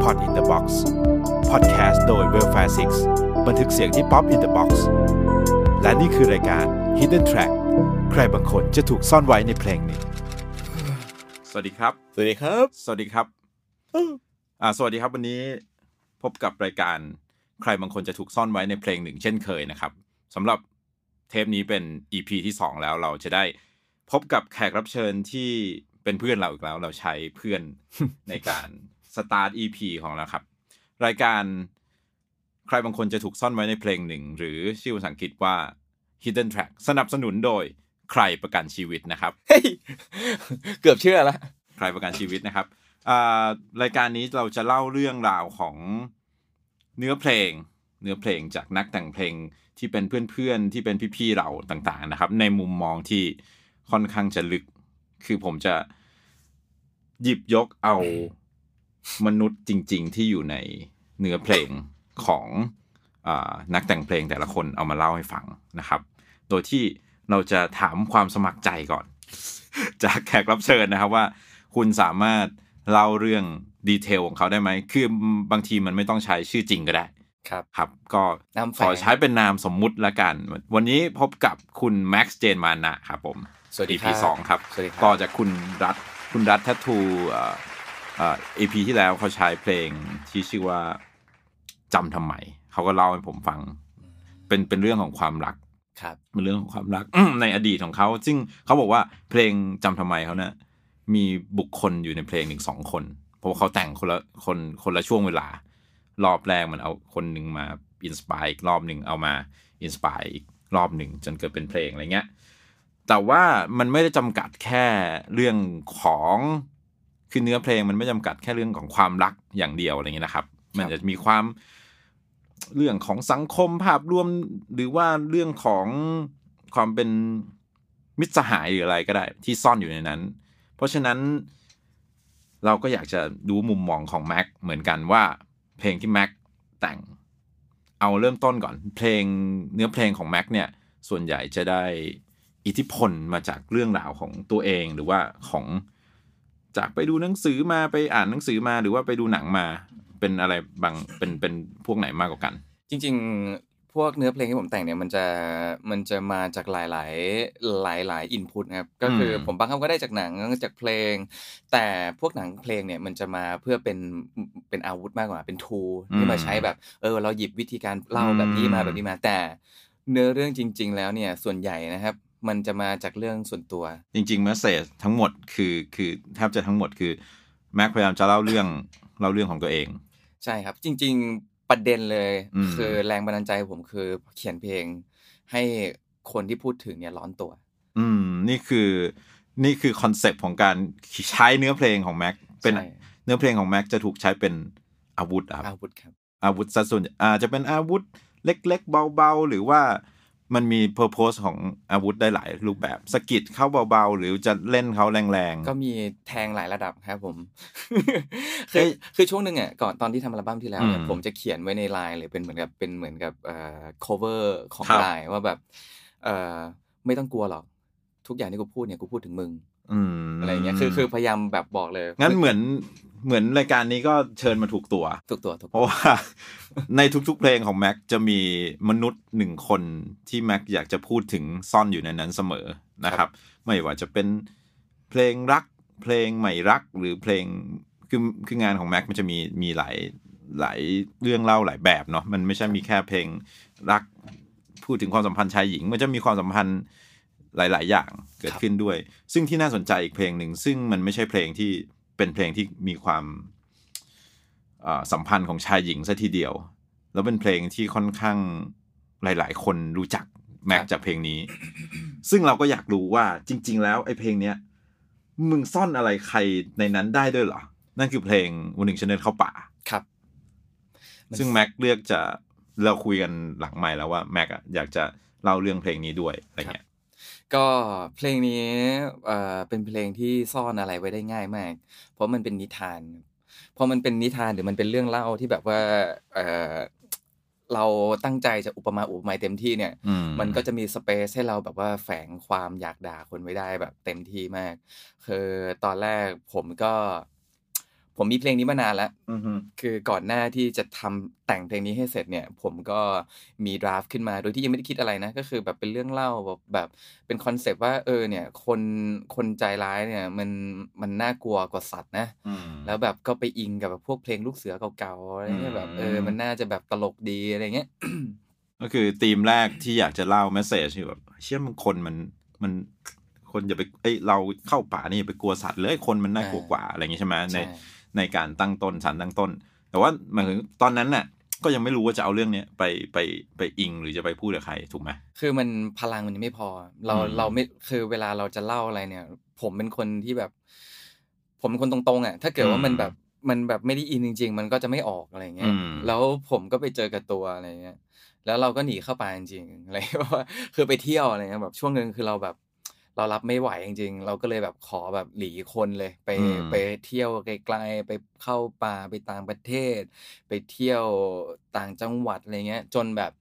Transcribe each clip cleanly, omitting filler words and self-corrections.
Pod in the Box Podcast โดย Welfare 6บันทึกเสียงที่ Pop in the Box และนี่คือรายการ Hidden Track ใครบางคนจะถูกซ่อนไว้ในเพลงนี้สวัสดีครับสวัสดีครับสวัสดีครับสวัสดีครับวันนี้พบกับรายการใครบางคนจะถูกซ่อนไว้ในเพลงหนึ่งเช่นเคยนะครับสำหรับเทปนี้เป็น EP ที่2แล้วเราจะได้พบกับแขกรับเชิญที่เป็นเพื่อนเราอีกแล้วเราใช้เพื่อน ในการสตาร์ท EP ของเราครับรายการใครบางคนจะถูกซ่อนไว้ในเพลงหนึ่งหรือชื่อภาษาอังกฤษว่า Hidden Track สนับสนุนโดยใครประกันชีวิตนะครับ hey! เกือบเชื่อแล้วใครประกันชีวิตนะครับรายการนี้เราจะเล่าเรื่องราวของเนื้อเพลงจากนักแต่งเพลงที่เป็นเพื่อนๆที่เป็นพี่ๆเราต่างๆนะครับในมุมมองที่ค่อนข้างจะลึกคือผมจะหยิบยกเอามนุษย์จริงๆที่อยู่ในเนื้อเพลงของนักแต่งเพลงแต่ละคนเอามาเล่าให้ฟังนะครับโดยที่เราจะถามความสมัครใจก่อน จากแขกรับเชิญนะครับว่าคุณสามารถเล่าเรื่องดีเทลของเขาได้ไหมคือบางทีมันไม่ต้องใช้ชื่อจริงก็ได้ครับก็ขอใช้เป็นนามสมมุติละกันวันนี้พบกับคุณแม็กซ์เจนมานะครับผมสวัสดีครับ EP 2ครับต่อจากคุณรัฐทัตทูEP ที่แล้วเขาใช้เพลงที่ชื่อว่าจำทำไมเขาก็เล่าให้ผมฟังเป็นเรื่องของความรักครับเป็นเรื่องของความรัก ในอดีตของเขาซึ่งเขาบอกว่าเพลงจำทำไมเขาเนี่ยมีบุคคลอยู่ในเพลงหนึ่ง2คนเพราะว่าเขาแต่งคนละช่วงเวลารอบแรกมันเอาคนหนึ่งมาอินสไปร์อีกรอบหนึ่งเอามาอินสไปร์อีกรอบหนึ่งจนเกิดเป็นเพลงอะไรเงี้ยแต่ว่ามันไม่ได้จำกัดแค่เรื่องของคือเนื้อเพลงมันไม่จำกัดแค่เรื่องของความรักอย่างเดียวอะไรเงี้ยนะครับมันจะมีความเรื่องของสังคมภาพรวมหรือว่าเรื่องของความเป็นมิตรสหายหรืออะไรก็ได้ที่ซ่อนอยู่ในนั้นเพราะฉะนั้นเราก็อยากจะดูมุมมองของแม็กเหมือนกันว่าเพลงที่แม็กแต่งเอาเริ่มต้นก่อนเพลงเนื้อเพลงของแม็กเนี่ยส่วนใหญ่จะได้อิทธิพลมาจากเรื่องราวของตัวเองหรือว่าของจากไปดูหนังสือมาไปอ่านหนังสือมาหรือว่าไปดูหนังมาเป็นอะไรบางเป็นพวกไหนมากกว่ากันจริงๆพวกเนื้อเพลงที่ผมแต่งเนี่ยมันจะมาจากหลายอินพุตนะครับก็คือผมบางครั้งก็ได้จากหนังจากเพลงแต่พวกหนังเพลงเนี่ยมันจะมาเพื่อเป็นอาวุธมากกว่าเป็นทูที่มาใช้แบบเราหยิบวิธีการเล่าแบบนี้มาแต่เนื้อเรื่องจริงๆแล้วเนี่ยส่วนใหญ่นะครับมันจะมาจากเรื่องส่วนตัวจริงๆเมสเสจทั้งหมดคือแทบจะทั้งหมดคือแม็กพยายามจะเล่าเรื่องของตัวเองใช่ครับจริงๆประเด็นเลยคือแรงบันดาลใจผมคือเขียนเพลงให้คนที่พูดถึงเนี่ยร้อนตัวนี่คือคอนเซปต์ของการใช้เนื้อเพลงของแม็กเป็นเนื้อเพลงของแม็กจะถูกใช้เป็นอาวุธครับอาวุธซะส่วนจะเป็นอาวุธเล็กๆเบาๆหรือว่ามันมี purpose ของอาวุธได้หลายรูปแบบสะกิดเข้าเบาๆหรือจะเล่นเขาแรงๆก็มีแทงหลายระดับครับผม คือช่วงนึงอ่ะก่อนตอนที่ทำอัลบั้มที่แล้วเนี่ยผมจะเขียนไว้ในไลน์เลยเป็นเหมือนกับcover ของไลน์ว่าแบบไม่ต้องกลัวหรอกทุกอย่างที่กูพูดเนี่ยกูพูดถึงมึงอะไรอย่างเงี้ยคือพยายามแบบบอกเลยงั้นเหมือนรายการนี้ก็เชิญมาถูกตัวเพราะว่าในทุกๆเพลงของแม็กจะมีมนุษย์1คนที่แม็กอยากจะพูดถึงซ่อนอยู่ในนั้นเสมอนะครับไม่ว่าจะเป็นเพลงรักเพลงใหม่รักหรือเพลงคืองานของแม็กมันจะมีหลายเรื่องเล่าหลายแบบเนาะมันไม่ใช่มีแค่เพลงรักพูดถึงความสัมพันธ์ชายหญิงมันจะมีความสัมพันธ์หลายๆอย่างเกิดขึ้นด้วยซึ่งที่น่าสนใจอีกเพลงหนึ่งซึ่งมันไม่ใช่เพลงที่เป็นเพลงที่มีความสัมพันธ์ของชายหญิงซะทีเดียวแล้วเป็นเพลงที่ค่อนข้างหลายๆคนรู้จักแม็กจากเพลงนี้ซึ่งเราก็อยากรู้ว่าจริงๆแล้วไอ้เพลงเนี้ยมึงซ่อนอะไรใครในนั้นได้ด้วยเหรอนั่นคือเพลงวันหนึ่งฉันเดินเข้าป่าครับซึ่งแม็กเลือกจะเราคุยกันหลังไมค์แล้วว่าแม็กอยากจะเล่าเรื่องเพลงนี้ด้วยอะไรเงี้ยก็เพลงนี้เป็นเพลงที่ซ่อนอะไรไว้ได้ง่ายมากเพราะมันเป็นนิทานพอมันเป็นนิทานหรือมันเป็นเรื่องเล่าที่แบบว่าเราตั้งใจจะอุปมาอุปไมยเต็มที่เนี่ยมันก็จะมีสเปซให้เราแบบว่าแฝงความอยากด่าคนไว้ได้แบบเต็มที่มากคือตอนแรกผมก็ผมมีเพลงนี้มานานแล้วคือก่อนหน้าที่จะทำแต่งเพลงนี้ให้เสร็จเนี่ยผมก็มีดราฟต์ขึ้นมาโดยที่ยังไม่ได้คิดอะไรนะก็คือแบบเป็นเรื่องเล่าแบบเป็นคอนเซปต์ว่าเนี่ยคนใจร้ายเนี่ยมันน่ากลัวกว่าสัตว์นะแล้วแบบก็ไปอิงกับพวกเพลงลูกเสือเก่าๆอะไรเงี้ยแบบมันน่าจะแบบตลกดีอะไรเงี้ยก็คือธีมแรกที่อยากจะเล่าเมสเสจคือแบบเชื่อมันคนอย่าไปเราเข้าป่านี่อย่าไปกลัวสัตว์เลยคนมันน่ากลัวกว่าอะไรอย่างงี้ใช่ไหมในการตั้งต้นสารตั้งต้นแต่ว่าหมายถึงตอนนั้นน่ะก็ยังไม่รู้ว่าจะเอาเรื่องนี้ไปอิงหรือจะไปพูดกับใครถูกไหมคือมันพลังมันไม่พอเราไม่คือเวลาเราจะเล่าอะไรเนี่ยผมเป็นคนที่แบบผมเป็นคนตรงๆอ่ะถ้าเกิดว่ามันแบบไม่ได้อินจริงๆมันก็จะไม่ออกอะไรเงี้ยแล้วผมก็ไปเจอกับตัวอะไรเงี้ยแล้วเราก็หนีเข้าป่าจริงๆอะไรว่าคือไปเที่ยวอะไรเงี้ยแบบช่วงนึงคือเรารับไม่ไหวจริงๆเราก็เลยแบบขอแบบหลีคนเลยไปเที่ยวไกลๆไปเข้าป่าไปต่างประเทศไปเที่ยวต่างจังหวัดอะไรเงี้ยจนแบบ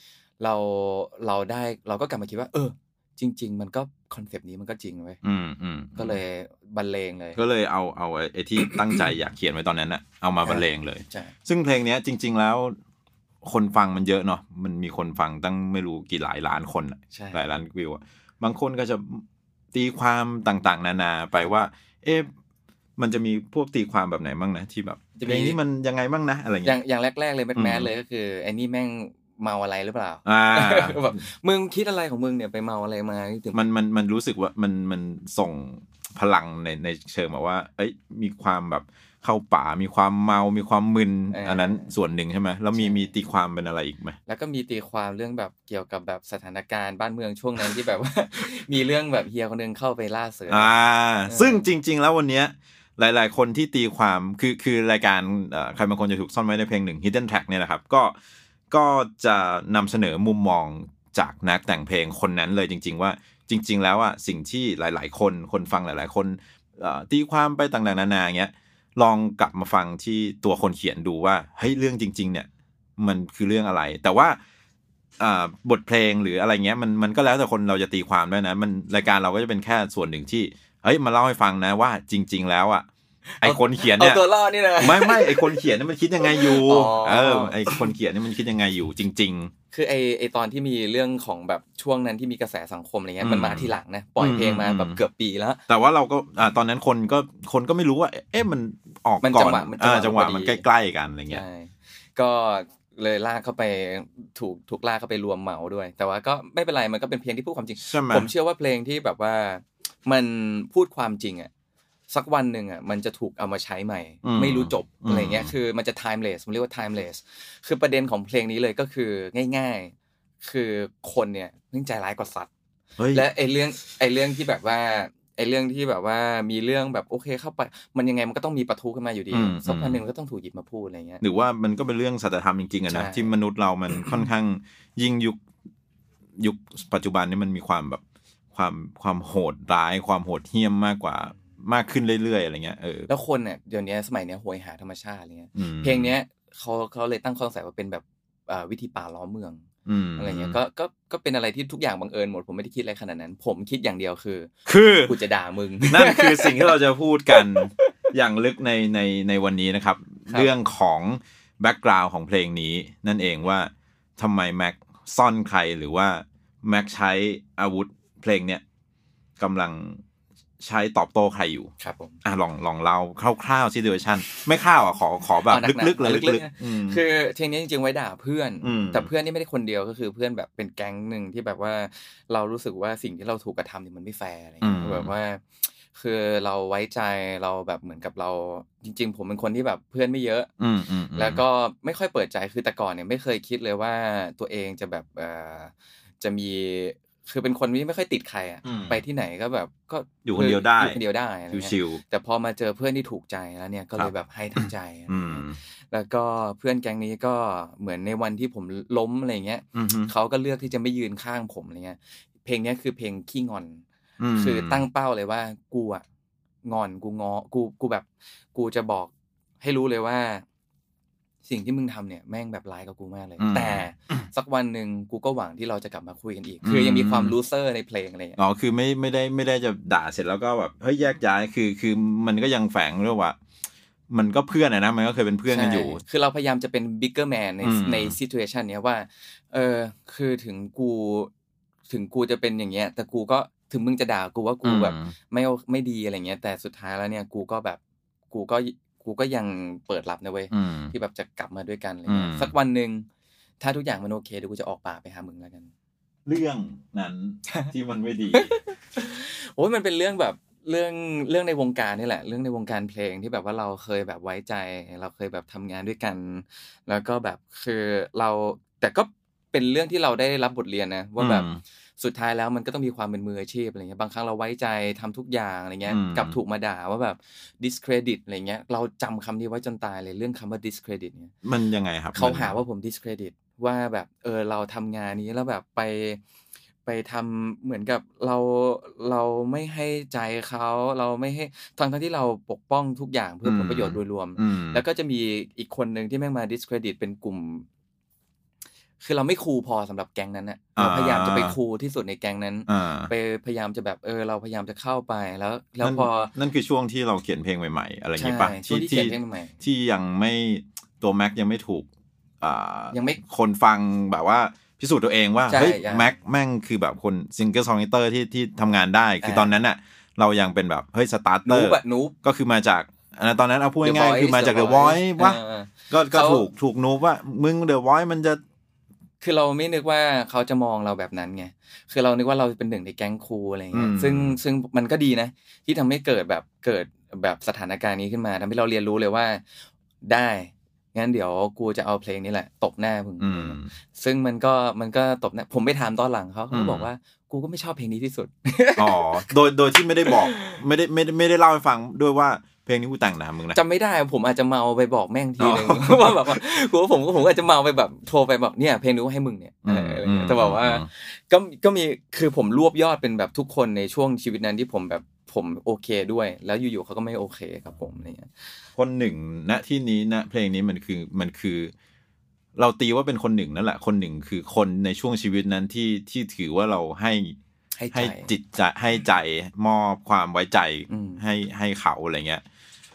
เราก็กลับมาคิดว่าจริงๆมันก็คอนเซปต์นี้มันก็จริงเว้ยก็เลยบรรเลงเลยก็เลยเอาไอ้ที่ตั้งใจอยากเขียนไว้ตอนนั้นน่ะเอามาบรรเลงเลยซึ่งเพลงนี้จริงๆแล้วคนฟังมันเยอะเนาะมันมีคนฟังตั้งไม่รู้กี่หลายล้านคนหลายล้านวิวบางคนก็จะตีความต่างๆนานาไปว่ามันจะมีพวกตีความแบบไหนบ้างนะที่แบบเพลงนี้มันยังไงบ้างนะอะไรเงี้ยอย่างแรกๆเลยแมสเลยก็คือไอ้นี่แม่งเมาอะไรหรือเปล่าแบบมึงคิดอะไรของมึงเนี่ยไปเมาอะไรมามันรู้สึกว่ามันส่งพลังในเชิงแบบว่ามีความแบบเข้าป่ามีความเมามีความมึนอันนั้นส่วนหนึ่งใช่ไหมแล้วมีตีความเป็นอะไรอีกไหมแล้วก็มีตีความเรื่องแบบเกี่ยวกับแบบสถานการณ์บ้านเมืองช่วงนั้นที่แบบว่ามีเรื่องแบบเฮียคนนึงเข้าไปล่าเสือซึ่งจริงๆแล้ววันนี้หลายๆคนที่ตีความคือรายการใครบางคนจะถูกซ่อนไว้ในเพลงหนึ่ง Hidden Track เนี่ยนะครับก็จะนำเสนอมุมมองจากนักแต่งเพลงคนนั้นเลยจริงๆว่าจริงๆแล้วสิ่งที่หลายๆคนฟังหลายๆคนตีความไปต่างๆนานาเงี้ยลองกลับมาฟังที่ตัวคนเขียนดูว่าเฮ้ยเรื่องจริงๆเนี่ยมันคือเรื่องอะไรแต่ว่าบทเพลงหรืออะไรเงี้ยมันก็แล้วแต่คนเราจะตีความด้วยนะมันรายการเราก็จะเป็นแค่ส่วนหนึ่งที่มาเล่าให้ฟังนะว่าจริงๆแล้วไอคนเขียนเนี่ยเอาตัวรอดนี่นะไม่ไอคนเขียนนี่มันคิดยังไงอยู่ไอคนเขียนนี่มันคิดยังไงอยู่จริงๆคือไอตอนที่มีเรื่องของแบบช่วงนั้นที่มีกระแสสังคมอะไรเงี้ยมันมาทีหลังนะปล่อยเพลงมาแบบเกือบปีแล้วแต่ว่าเราก็ตอนนั้นคนก็ไม่รู้ว่ามันออกก่อนจังหวะมันใกล้ๆกันอะไรเงี้ยก็เลยลากเข้าไปถูกลากเข้าไปรวมเหมาด้วยแต่ว่าก็ไม่เป็นไรมันก็เป็นเพลงที่พูดความจริงผมเชื่อว่าเพลงที่แบบว่ามันพูดความจริงสักวันหนึ่งมันจะถูกเอามาใช้ใหม่ไม่รู้จบอะไรเงี้ยคือมันจะ timeless มันเรียกว่า timeless คือประเด็นของเพลงนี้เลยก็คือง่ายๆคือคนเนี่ยใจร้ายกว่าสัตว์และไอ้เรื่องที่แบบว่ามีเรื่องแบบโอเคเข้าไปมันยังไงมันก็ต้องมีปะทุขึ้นมาอยู่ดีสักวันนึงก็ต้องถูกหยิบมาพูดอะไรเงี้ยหรือว่ามันก็เป็นเรื่องสัจธรรมจริงๆนะที่มนุษย์เรามันค่อนข้างยิ่งยุคปัจจุบันนี้มันมีความแบบความโหดร้ายความโหดเหี้ยมมากขึ้นเรื่อยๆอะไรเงี้ยแล้วคนเนี่ยเดี๋ยวนี้สมัยนี้โหยหาธรรมชาติอะไรเงี้ยเพลงเนี้ยเขาเลยตั้งข้อสงสัยว่าเป็นแบบวิธีป่าล้อมเมืองอะไรเงี้ยก็เป็นอะไรที่ทุกอย่างบังเอิญหมดผมไม่ได้คิดอะไรขนาดนั้นผมคิดอย่างเดียวคือกูจะด่ามึงนั่นคือสิ่งที่เราจะพูดกันอย่างลึกในวันนี้นะครับเรื่องของแบ็คกราวด์ของเพลงนี้นั่นเองว่าทำไมแม็กซ่อนใครหรือว่าแม็กใช้อาวุธเพลงเนี้ยกำลังใช้ตอบโต้ใครอยู่ครับผมลองเล่าคร่าวๆซิทูเอชั่นไม่คร่าวขอแบบลึกๆเลยลึกๆคือเพลงนี้จริงๆไว้ด่าเพื่อนแต่เพื่อนนี่ไม่ได้คนเดียวก็คือเพื่อนแบบเป็นแก๊งนึงที่แบบว่าเรารู้สึกว่าสิ่งที่เราถูกกระทำนี่มันไม่แฟร์อะไรเงี้ยแบบว่าคือเราไว้ใจเราแบบเหมือนกับเราจริงๆผมเป็นคนที่แบบเพื่อนไม่เยอะแล้วก็ไม่ค่อยเปิดใจคือแต่ก่อนเนี่ยไม่เคยคิดเลยว่าตัวเองจะแบบจะมีคือเป็นคนที่ไม่ค่อยติดใครไปที่ไหนก็แบบก็อยู่คนเดียวได้ชิวๆแต่พอมาเจอเพื่อนที่ถูกใจแล้วเนี่ยก็เลยแบบให้ทั้งใจแล้วก็เพื่อนแก๊งนี้ก็เหมือนในวันที่ผมล้มอะไรเงี้ยเขาก็เลือกที่จะไม่ยืนข้างผมอะไรเงี้ยเพลงนี้คือเพลงขี้งอนคือตั้งเป้าเลยว่ากูงอนกูง้อกูแบบกูจะบอกให้รู้เลยว่าสิ่งที่มึงทำเนี่ยแม่งแบบร้ายกับกูมากเลยแต่สักวันนึงกูก็หวังที่เราจะกลับมาคุยกันอีกคือยังมีความลูเซอร์ในเพลงอะไรอย่างเงี้ยคือไม่ได้จะด่าเสร็จแล้วก็แบบเฮ้ยแยกย้ายคือมันก็ยังแฝงเรื่องว่ามันก็เพื่อนนะมันก็เคยเป็นเพื่อนกันอยู่คือเราพยายามจะเป็น bigger man ใน situation เนี้ยว่าคือถึงกูจะเป็นอย่างเงี้ยแต่กูก็ถึงมึงจะด่ากูว่ากูแบบไม่ดีอะไรเงี้ยแต่สุดท้ายแล้วเนี่ยกูก็ยังเปิดรับนะเว้ยที่แบบจะกลับมาด้วยกันอะไรเงี้ยสักวันนึงถ้าทุกอย่างมันโอเคเดี๋ยวกูจะออกป่าไปหามึงแล้วกันเรื่องนั้น ที่มันไม่ดีโอ้ยมันเป็นเรื่องแบบเรื่องในวงการนี่แหละเรื่องในวงการเพลงที่แบบว่าเราเคยแบบไว้ใจเราเคยแบบทำงานด้วยกันแล้วก็แบบคือเราแต่ก็เป็นเรื่องที่เราได้รับบทเรียนนะว่าแบบสุดท้ายแล้วมันก็ต้องมีความเป็นมืออาชีพอะไรเงี้ยบางครั้งเราไว้ใจทำทุกอย่างอะไรเงี้ยกลับถูกมาด่าว่าแบบ discredit อะไรเงี้ยเราจำคำนี้ไว้จนตายเลยเรื่องคำว่า discredit เนี่ยมันยังไงครับเขาหาว่าผม discredit ว่าแบบเราทำงานนี้แล้วแบบไปทำเหมือนกับเราไม่ให้ใจเขาเราไม่ให้ทั้งที่เราปกป้องทุกอย่างเพื่อผลประโยชน์โดยรวมแล้วก็จะมีอีกคนนึงที่แม่งมา discredit เป็นกลุ่มคือเราไม่คูลพอสำหรับแก๊งนั้นน่ะเราพยายามจะไปคูลที่สุดในแก๊งนั้นไปพยายามจะแบบเราพยายามจะเข้าไปแล้วพอนั่นคือช่วงที่เราเขียนเพลงใหม่ๆอะไรอย่างงี้ป่ะที่ยังไม่ตัวแม็กยังไม่ถูกยังไม่คนฟังแบบว่าพิสูจน์ตัวเองว่าเฮ้ยแม็กแม่งคือแบบคนซิงเกิลซองเตอร์ที่ทำงานได้คือตอนนั้นน่ะเรายังเป็นแบบเฮ้ยสตาร์เตอร์ก็คือมาจากตอนนั้นเอาพูดง่ายๆคือมาจาก The Voice ว่าก็ถูกนูบว่ามึง The Voice มันจะคือเราไม่นึกว่าเขาจะมองเราแบบนั้นไงคือเรานึกว่าเราเป็นหนึ่งในแก๊งคูลอะไรเงี้ยซึ่งมันก็ดีนะที่ทำให้เกิดแบบสถานการณ์นี้ขึ้นมาทำให้เราเรียนรู้เลยว่าได้งั้นเดี๋ยวกูจะเอาเพลงนี้แหละตบหน้ามึงซึ่งมันก็ตบหน้าผมไปถามตอนหลังเขาบอกว่ากูก็ไม่ชอบเพลงนี้ที่สุดอ๋อโดยที่ไม่ได้บอกไม่ได้เล่าให้ฟังด้วยว่าเพลงนี้กูแต่งนะมึงนะจำไม่ได้ผมอาจจะเมาไปบอกแม่งทีนึงว่าแบบว่าผมอาจจะเมาไปแบบโทรไปแบบเนี่ยเพลงนี้ให้มึงเนี่ยแต่บอกว่าก็มีคือผมรวบยอดเป็นแบบทุกคนในช่วงชีวิตนั้นที่ผมโอเคด้วยแล้วอยู่ๆเขาก็ไม่โอเคกับผมอะไรเงี้ยคนหนึ่งณที่นี้ณเพลงนี้มันคือเราตีว่าเป็นคนหนึ่งนั่นแหละคนหนึ่งคือคนในช่วงชีวิตนั้นที่ถือว่าเราให้จิตใจให้ใจมอบความไว้ใจให้เขาอะไรเงี้ย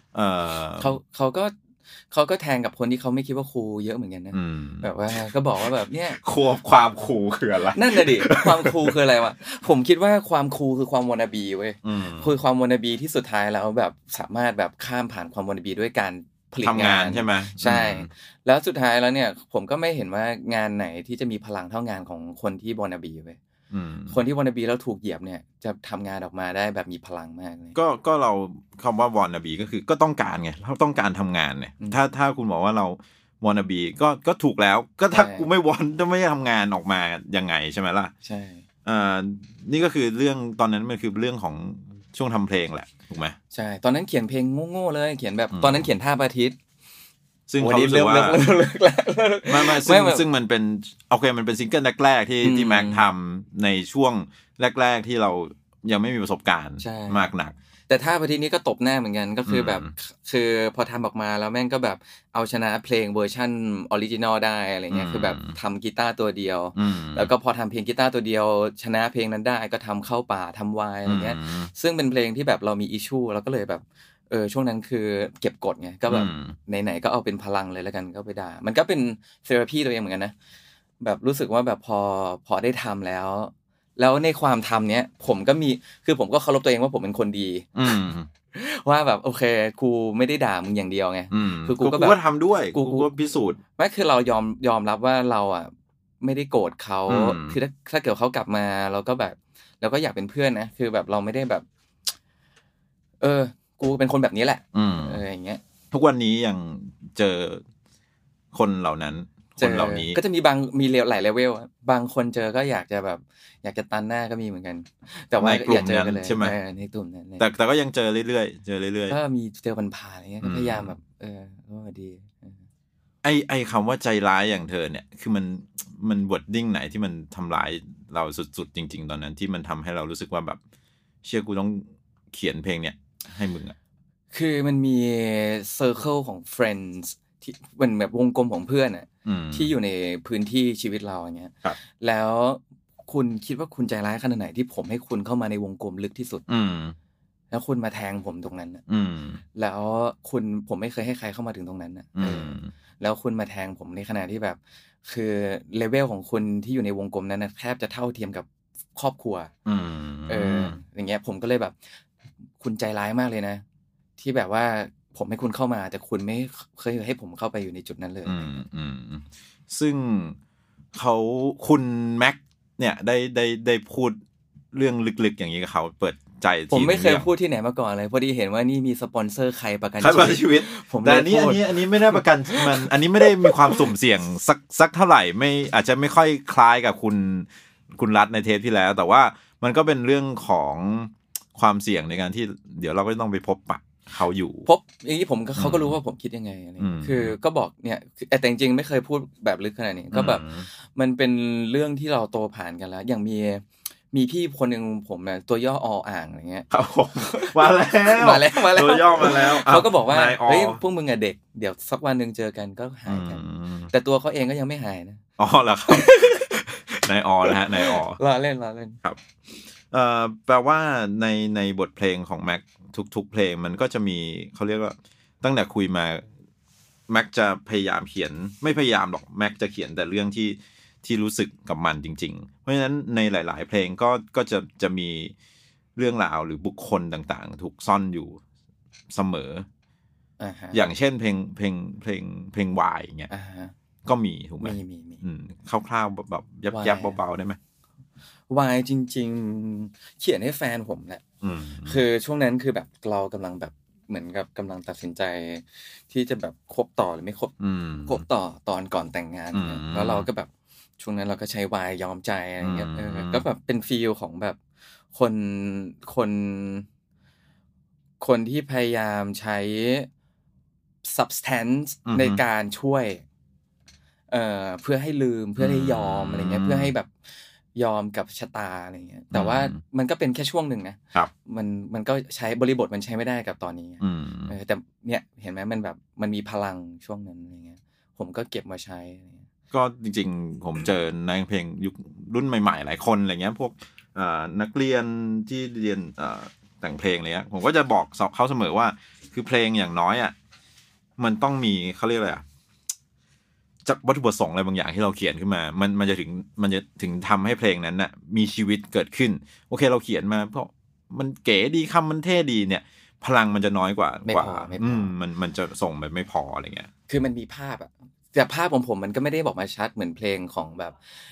เขาก็แทงกับคนที่เขาไม่คิดว่าครูเยอะเหมือนกันนะแบบว่าก็บอกว่าแบบเนี่ยความครูคืออะไรนั่นน่ะดิความครูคืออะไรวะผมคิดว่าความครูคือความวานาบีเว้ยคือความวานาบีที่สุดท้ายแล้วแบบสามารถแบบข้ามผ่านความวานาบีด้วยการผลิตงานใช่ไหมใช่แล้วสุดท้ายแล้วเนี่ยผมก็ไม่เห็นว่างานไหนที่จะมีพลังเท่างานของคนที่วานาบีเว้ยคนที่วานาบีแล้วถูกเหยียบเนี่ยจะทำงานออกมาได้แบบมีพลังมากเลยก็เราคำว่าวานาบีก็คือก็ต้องการไงเราต้องการทำงานเนี่ยถ้าคุณบอกว่าเราวานาบีก็ถูกแล้วก็ถ้ากูไม่วอนจะไม่ทำงานออกมายังไงใช่ไหมล่ะใช่นี่ก็คือเรื่องตอนนั้นมันคือเรื่องของช่วงทำเพลงแหละถูกไหมใช่ตอนนั้นเขียนเพลงโง่ๆเลยเขียนแบบตอนนั้นเขียนท่าอาทิตย์ซึ่งเขารู้สึกว่าไม่ซึ่งมันเป็นโอเคมันเป็นซิงเกิลแรกๆที่แม็กทำในช่วงแรกๆที่เรายังไม่มีประสบการณ์มากหนักแต่ท่าอาทิตย์นี้ก็ตบหน้าเหมือนกันก็คือแบบคือพอทำออกมาแล้วแม่งก็แบบเอาชนะเพลงเวอร์ชั่นออริจินอลได้อะไรเงี้ยคือแบบทำกีตาร์ตัวเดียวแล้วก็พอทำเพลงกีตาร์ตัวเดียวชนะเพลงนั้นได้ก็ทำเข้าป่าทำวายอะไรเงี้ยซึ่งเป็นเพลงที่แบบเรามีอิชชูแล้วก็เลยแบบช่วงนั้นคือเก็บกดไงก็แบบไหนๆก็เอาเป็นพลังเลยแล้วกันก็ไปด่ามันก็เป็นเทอราพีตัวเองเหมือนกันนะแบบรู้สึกว่าแบบพอได้ทำแล้วในความทำเนี้ยผมก็เคารพตัวเองว่าผมเป็นคนดีว่าแบบโอเคกูไม่ได้ด่ามึงอย่างเดียวไงคือกูก็แบบทำด้วยกูก็พิสูจน์ไม่คือเรายอมรับว่าเราอ่ะไม่ได้โกรธเขาคือถ้าเกิดเขากลับมาเราก็แบบเราก็อยากเป็นเพื่อนนะคือแบบเราไม่ได้แบบกูเป็นคนแบบนี้แหละอย่างเงี้ยทุกวันนี้ยังเจอคนเหล่านั้นคนเหล่านี้ก็จะมีมีหลายเลเวลบางคนเจอก็อยากจะแบบอยากจะตันหน้าก็มีเหมือนกันแต่ว่าอย่าเจอกันเลยใช่ไหมในกลุ่มนั้นแต่ก็ยังเจอเรื่อยๆก็มีเจอผ่านๆอะไรเงี้ยก็พยายามแบบก็ดีไอคำว่าใจร้ายอย่างเธอเนี่ยคือมันวอร์ดดิ้งไหนที่มันทำร้ายเราสุดๆจริงๆตอนนั้นที่มันทำให้เรารู้สึกว่าแบบเชื่อกูต้องเขียนเพลงเนี่ยให้มึงอ่ะคือมันมีเซอร์เคิลของ friends ที่เป็นแบบวงกลมของเพื่อนอ่ะที่อยู่ในพื้นที่ชีวิตเราอย่างเงี้ยแล้วคุณคิดว่าคุณใจร้ายขนาดไหนที่ผมให้คุณเข้ามาในวงกลมลึกที่สุดแล้วคุณมาแทงผมตรงนั้นแล้วผมไม่เคยให้ใครเข้ามาถึงตรงนั้นแล้วคุณมาแทงผมในขณะที่แบบคือเลเวลของคุณที่อยู่ในวงกลมนั้นแทบจะเท่าเทียมกับครอบครัวอย่างเงี้ยผมก็เลยแบบคุณใจร้ายมากเลยนะที่แบบว่าผมให้คุณเข้ามาแต่คุณไม่เคยให้ผมเข้าไปอยู่ในจุดนั้นเลยซึ่งคุณแม็กเนี่ยได้พูดเรื่องลึกๆอย่างนี้กับเขาเปิดใจผมไม่เคยพูดที่ไหนมาก่อนเลยพอดีเห็นว่านี่มีสปอนเซอร์ใครประกันชีวิตแต่อันนี้ไม่ได้ประกันมันอันนี้ไม่ได้มีความสุ่มเสี่ยงสักเท่าไหร่ไม่อาจจะไม่ค่อยคล้ายกับคุณรัฐในเทปที่แล้วแต่ว่ามันก็เป็นเรื่องของความเสี่ยงในการที่เดี๋ยวเราก็ต้องไปพบปะเขาอยู่พบอย่างนี้เขาก็รู้ว่าผมคิดยังไงคือก็บอกเนี่ยแต่จริงๆไม่เคยพูดแบบลึกขนาดนี้ก็แบบมันเป็นเรื่องที่เราโตผ่านกันแล้วอย่างมีพี่คนนึงผมนะตัวย่ออ่างอะไรเงี้ยครับผมมาแล้วตัวย่อมาแล้วเขาก็บอกว่าเฮ้ยพวกมึงอะเด็กเดี๋ยวสักวันนึงเจอกันก็หายกันแต่ตัวเขาเองก็ยังไม่หายนะเหรอครับนายนะฮะนายล้อเล่นครับแปลว่าในบทเพลงของแม็กทุกเพลงมันก็จะมีเขาเรียกว่าตั้งแต่คุยมาแม็กจะพยายามเขียนไม่พยายามหรอกแม็กจะเขียนแต่เรื่องที่รู้สึกกับมันจริงๆเพราะฉะนั้นในหลายๆเพลงก็จะมีเรื่องราวหรือบุคคลต่างๆถูกซ่อนอยู่เสมออย่างเช่นเพลงวายอย่างเงี้ยก็มีถูกไหมมีคร่าวๆแบบยับเบาๆได้ไหมวายจริงๆเขียนให้แฟนผมแหละคือช่วงนั้นคือแบบเรากำลังแบบเหมือนกับกำลังตัดสินใจที่จะแบบคบต่อหรือไม่คบต่อตอนก่อนแต่งงานแล้วเราก็แบบช่วงนั้นเราก็ใช้วายยอมใจอะไรเงี้ยก็แบบเป็นฟีลของแบบคนที่พยายามใช้ substance ในการช่วยเพื่อให้ลืมเพื่อให้ยอมอะไรเงี้ยเพื่อให้แบบยอมกับชะตาอะไรเงี้ยแต่ว่ามันก็เป็นแค่ช่วงหนึ่งนะมันก็ใช้บริบทมันใช้ไม่ได้กับตอนนี้แต่เนี่ยเห็นไหมมันแบบมันมีพลังช่วงนั้นอะไรเงี้ยผมก็เก็บมาใช้ก็จริงๆผมเจอในเพลงยุครุ่นใหม่ๆหลายคนอะไรเงี้ยพวกนักเรียนที่เรียนแต่งเพลงอะไรเงี้ยผมก็จะบอกเขาเสมอว่าคือเพลงอย่างน้อยอ่ะมันต้องมีเขาเรียกอะไรอ่ะจากวัตถุประสงค์อะไรบางอย่างที่เราเขียนขึ้นมามันจะถึงทำให้เพลงนั้นน่ะมีชีวิตเกิดขึ้นโอเคเราเขียนมาเพราะมันเก๋ดีคำมันเท่ดีเนี่ยพลังมันจะน้อยกว่ามันจะส่งแบบไม่พออะไรเงี้ยคือมันมีภาพอะแต่ภาพของผมมันก็ไม่ได้บอกมาชัดเหมือนเพลงของแบบ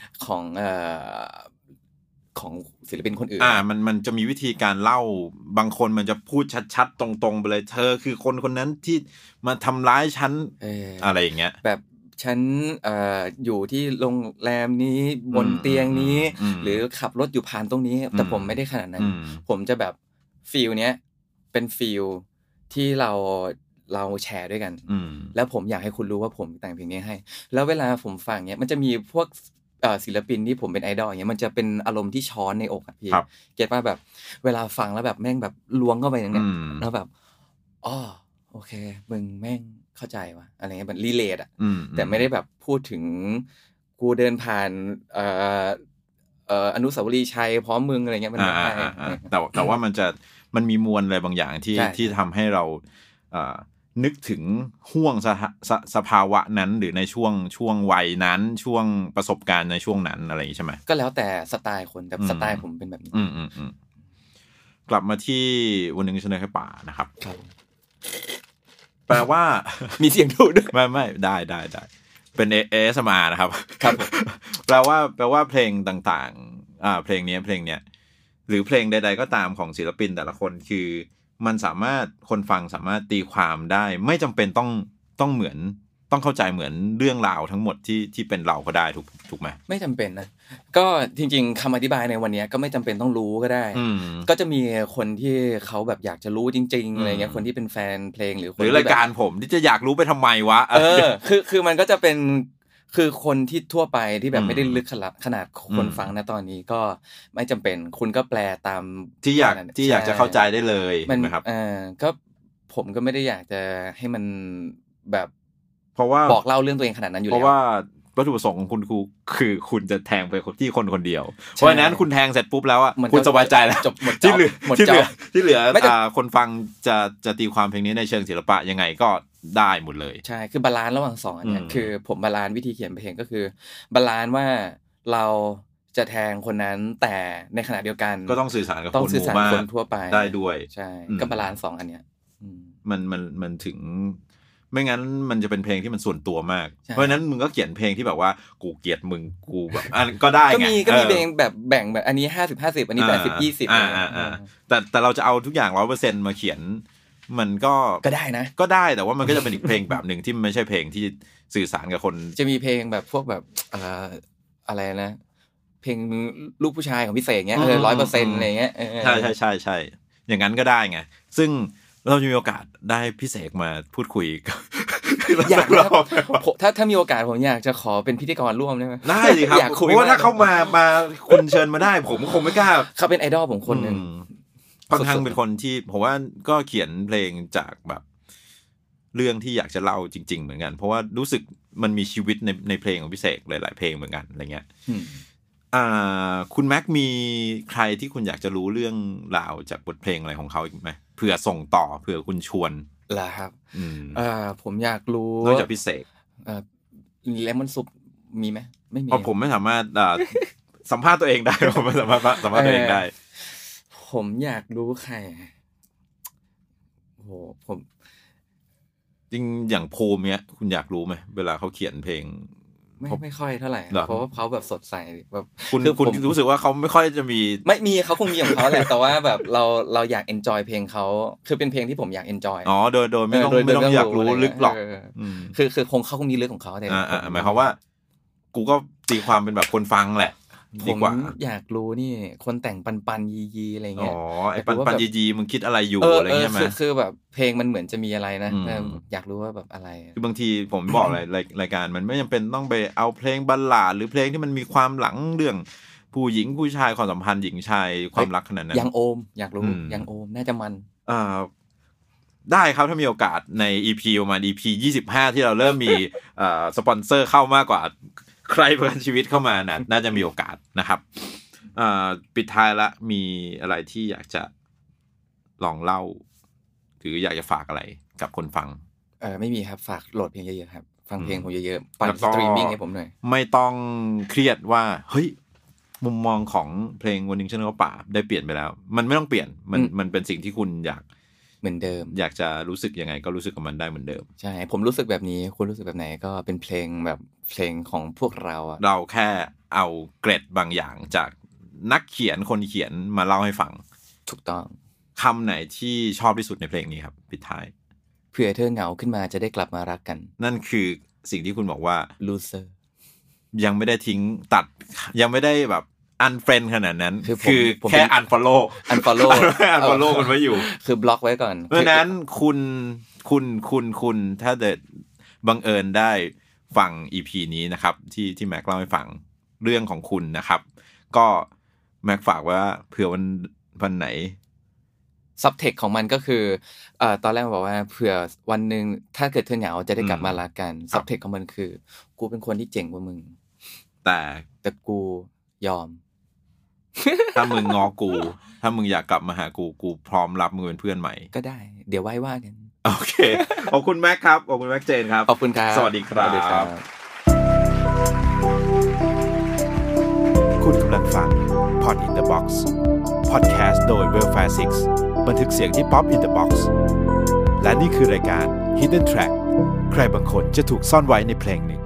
ของศิลปินคนอื่นมันจะมีวิธีการเล่าบางคนมันจะพูดชัดๆตรงๆไปเลยเธอคือคนนั้นที่มาทำร้ายฉันอะไรอย่างเงี้ยแบบฉันอยู่ที่โรงแรมนี้บนเตียงนี้หรือขับรถอยู่ผ่านตรงนี้แต่ผมไม่ได้ขนาดนั้นผมจะแบบฟีลเนี้ยเป็นฟีลที่เราแชร์ด้วยกันแล้วผมอยากให้คุณรู้ว่าผมแต่งเพลงนี้ให้แล้วเวลาผมฟังเนี้ยมันจะมีพวกศิลปินที่ผมเป็นไอดอลอย่างเงี้ยมันจะเป็นอารมณ์ที่ช้อนในอกอ่ะพี่เก็ทป่ะแบบเวลาฟังแล้วแบบแม่งแบบล้วงเข้าไปอย่างเงี้ยแล้วแบบอ๋อโอเคมึงแม่งเข้าใจว่ะอะไรเงี้ยมันรีเลทอ่ะแต่ไม่ได้แบบพูดถึงกูเดินผ่านอนุสาวรีย์ชัยพร้อมมึงอะไรเงี้ยมันไม่ได้แต่ว่ามันมีมวลอะไรบางอย่างที่ทำให้เรานึกถึงห่วงสภาวะนั้นหรือในช่วงวัยนั้นช่วงประสบการณ์ในช่วงนั้นอะไรอย่างนี้ใช่ไหมก็แล้วแต่สไตล์คนแต่สไตล์ผมเป็นแบบนี้กลับมาที่วันหนึ่งฉันเดินเข้าป่านะครับแปลว่ามีเสียงดูด้วยไม่ได้เป็น ASMR นะครับครับแปลว่าเพลงต่างๆเพลงนี้หรือเพลงใดๆก็ตามของศิลปินแต่ละคนคือมันสามารถคนฟังสามารถตีความได้ไม่จำเป็นต้องเหมือนต้องเข้าใจเหมือนเรื่องราวทั้งหมดที่เป็นเราก็ได้ถูกไหมไม่จำเป็นนะก็จริงๆคำอธิบายในวันนี้ก็ไม่จำเป็นต้องรู้ก็ได้ก็จะมีคนที่เขาแบบอยากจะรู้จริงๆอะไรเงี้ยคนที่เป็นแฟนเพลงหรือรายการผมที่จะอยากรู้ไปทำไมวะคือมันก็จะเป็นคือคนที่ทั่วไปที่แบบไม่ได้ลึกขนาดคนฟังนะตอนนี้ก็ไม่จำเป็นคุณก็แปลตามที่อยากจะเข้าใจได้เลยนะครับก็ผมก็ไม่ได้อยากจะให้มันแบบเพราะว่าบอกเล่าเรื่องตัวเองขนาดนั้นอยู่แล้วเพราะว่าวัตถุประสงค์ของคุณคือคุณจะแทงไปที่คนเดียวเพราะฉะนั้นคุณแทงเสร็จปุ๊บแล้วอ่ะคุณสบายใจแล้วที่เหลือคนฟังจะตีความเพลงนี้ในเชิงศิลปะยังไงก็ได้หมดเลยใช่คือบาลานซ์ระหว่าง2อันเนี่ยคือผมบาลานซ์วิธีเขียนเพลงก็คือบาลานซ์ว่าเราจะแทงคนนั้นแต่ในขณะเดียวกันก็ต้องสื่อสารกับคนหมู่มากทั่วไปได้ด้วยใช่ก็บาลานซ์2อันเนี้ยมันถึงไม่งั้นมันจะเป็นเพลงที่มันส่วนตัวมากเพราะฉะนั้นมึงก็เขียนเพลงที่แบบว่ากูเกลียดมึงกูแบบอันก็ได้ไงก็มีเพลงแบบแบ่งแบบอันนี้50-50อันนี้80-20 แต่เราจะเอาทุกอย่าง 100% มาเขียนมันก็ได้นะก็ได้แต่ว่ามันก็จะเป็นอีกเพลงแบบนึงที่ไม่ใช่เพลงที่สื่อสารกับคนจะมีเพลงแบบพวกแบบอะไรนะเพลงลูกผู้ชายของพี่เสกเงี้ย100% อะไรเงี้ยใช่อย่างนั้นก็ได้ไงซึ่งเราจะมีโอกาสได้พี่เสกมาพูดคุยอยากถ้ามีโอกาสผมอยากจะขอเป็นพิธีกรร่วมได้ไหมได้สิครับเพราะว่าถ้าเขามาคุณเชิญมาได้ผมคงไม่กล้าเขาเป็นไอดอลผมคนนึงค่อนข้างเป็นคนที่ผมว่าก็เขียนเพลงจากแบบเรื่องที่อยากจะเล่าจริงๆเหมือนกันเพราะว่ารู้สึกมันมีชีวิตในเพลงของพี่เสกหลายๆเพลงเหมือนกันอะไรเงี้ยคุณแม็กมีใครที่คุณอยากจะรู้เรื่องราวจากบทเพลงอะไรของเขาอีกไหมเผื่อส่งต่อเผื่อคุณชวนล่ะครับผมอยากรู้นอกจากพี่เสกเลมอนซุปมีไหมไม่มีผมไม่สามารถสัมภาษณ์ตัวเองได้ผมไม่สามารถตัวเองได้ผมอยากรู้ใครโหผมจริงอย่างโพมเนี้ยคุณอยากรู้ไหมเวลาเขาเขียนเพลงไม่ค่อยเท่าไหร่เพราะว่าเขาแบบสดใสแบบคุณรู้สึกว่าเขาไม่ค่อยจะมีไม่มีเขาคงมีของเขาแหละแต่ว่าแบบเราอยากเอนจอยเพลงเขาคือเป็นเพลงที่ผมอยากเอนจอยโดยไม่ต้องอยากรู้ลึกหรอกคือคงเขาคงมีลึกของเขาแต่หมายความว่ากูก็ตีความเป็นแบบคนฟังแหละผมอยากรู้นี่คนแต่งปันยีอะไรเงี้ยไอ้ปันยีมึงคิดอะไรอยู่อะไรเงี้ยมั้ยคือแบบเพลงมันเหมือนจะมีอะไรนะอยากรู้ว่าแบบอะไรคือบางทีผมบอกอะไรรายการมันไม่จำเป็นต้องไปเอาเพลงบัลลาดหรือเพลงที่มันมีความหลังเรื่องผู้หญิงผู้ชายความสัมพันธ์หญิงชายความรักขนาดนั้นยังโอมอยากรู้ยังโอมน่าจะมันได้ครับถ้ามีโอกาสใน EP ประมาณ EP 25ที่เราเริ่มมีสปอนเซอร์เข้ามากกว่าใครเพื่อนชีวิตเข้ามาน่าจะมีโอกาสนะครับปิดท้ายละมีอะไรที่อยากจะลองเล่าหรืออยากจะฝากอะไรกับคนฟังไม่มีครับฝากโหลดเพลงเยอะๆครับฟังเพลงผมเยอะๆปั่นสตรีมมิ่งให้ผมหน่อยไม่ต้องเครียดว่าเฮ้ยมุมมองของเพลงวันนึงฉันก็ป่าได้เปลี่ยนไปแล้วมันไม่ต้องเปลี่ยนมันเป็นสิ่งที่คุณอยากเหมือนเดิมอยากจะรู้สึกยังไงก็รู้สึกกับมันได้เหมือนเดิมใช่ผมรู้สึกแบบนี้คุณรู้สึกแบบไหนก็เป็นเพลงแบบเพลงของพวกเราเราแค่เอาเกร็ดบางอย่างจากนักเขียนคนเขียนมาเล่าให้ฟังถูกต้องคำไหนที่ชอบที่สุดในเพลงนี้ครับปิดท้ายเผื่อเธอเหงาขึ้นมาจะได้กลับมารักกันนั่นคือสิ่งที่คุณบอกว่า loser ยังไม่ได้ทิ้งตัดยังไม่ได้แบบunfriend ขนาดนั้นคือแค่ unfollow มันไว้อยู่คือบล็อกไว้ก่อนเพราะนั้นคุณถ้าเกิดบังเอิญได้ฟัง EP นี้นะครับที่แม็กเล่าให้ฟังเรื่องของคุณนะครับก็แม็กฝากว่าเผื่อวันไหนซับเทคของมันก็คือตอนแรกบอกว่าเผื่อวันนึงถ้าเกิดเธอเหงาจะได้กลับมารักกันซับเทคของมันคือกูเป็นคนที่เจ๋งกว่ามึงแต่กูยอมถ้ามึงงอกูถ้ามึงอยากกลับมาหากูพร้อมรับมึงเป็นเพื่อนใหม่ก็ได้เดี๋ยวไว้ว่ากันโอเคขอบคุณแม็กครับขอบคุณแม็กเจนครับขอบคุณครับสวัสดีครับคุณกำลังฟัง Pod in the Box Podcast โดย Welfare 6บันทึกเสียงที่ Pop in the Box และนี่คือรายการ Hidden Track ใครบางคนจะถูกซ่อนไว้ในเพลงหนึ่ง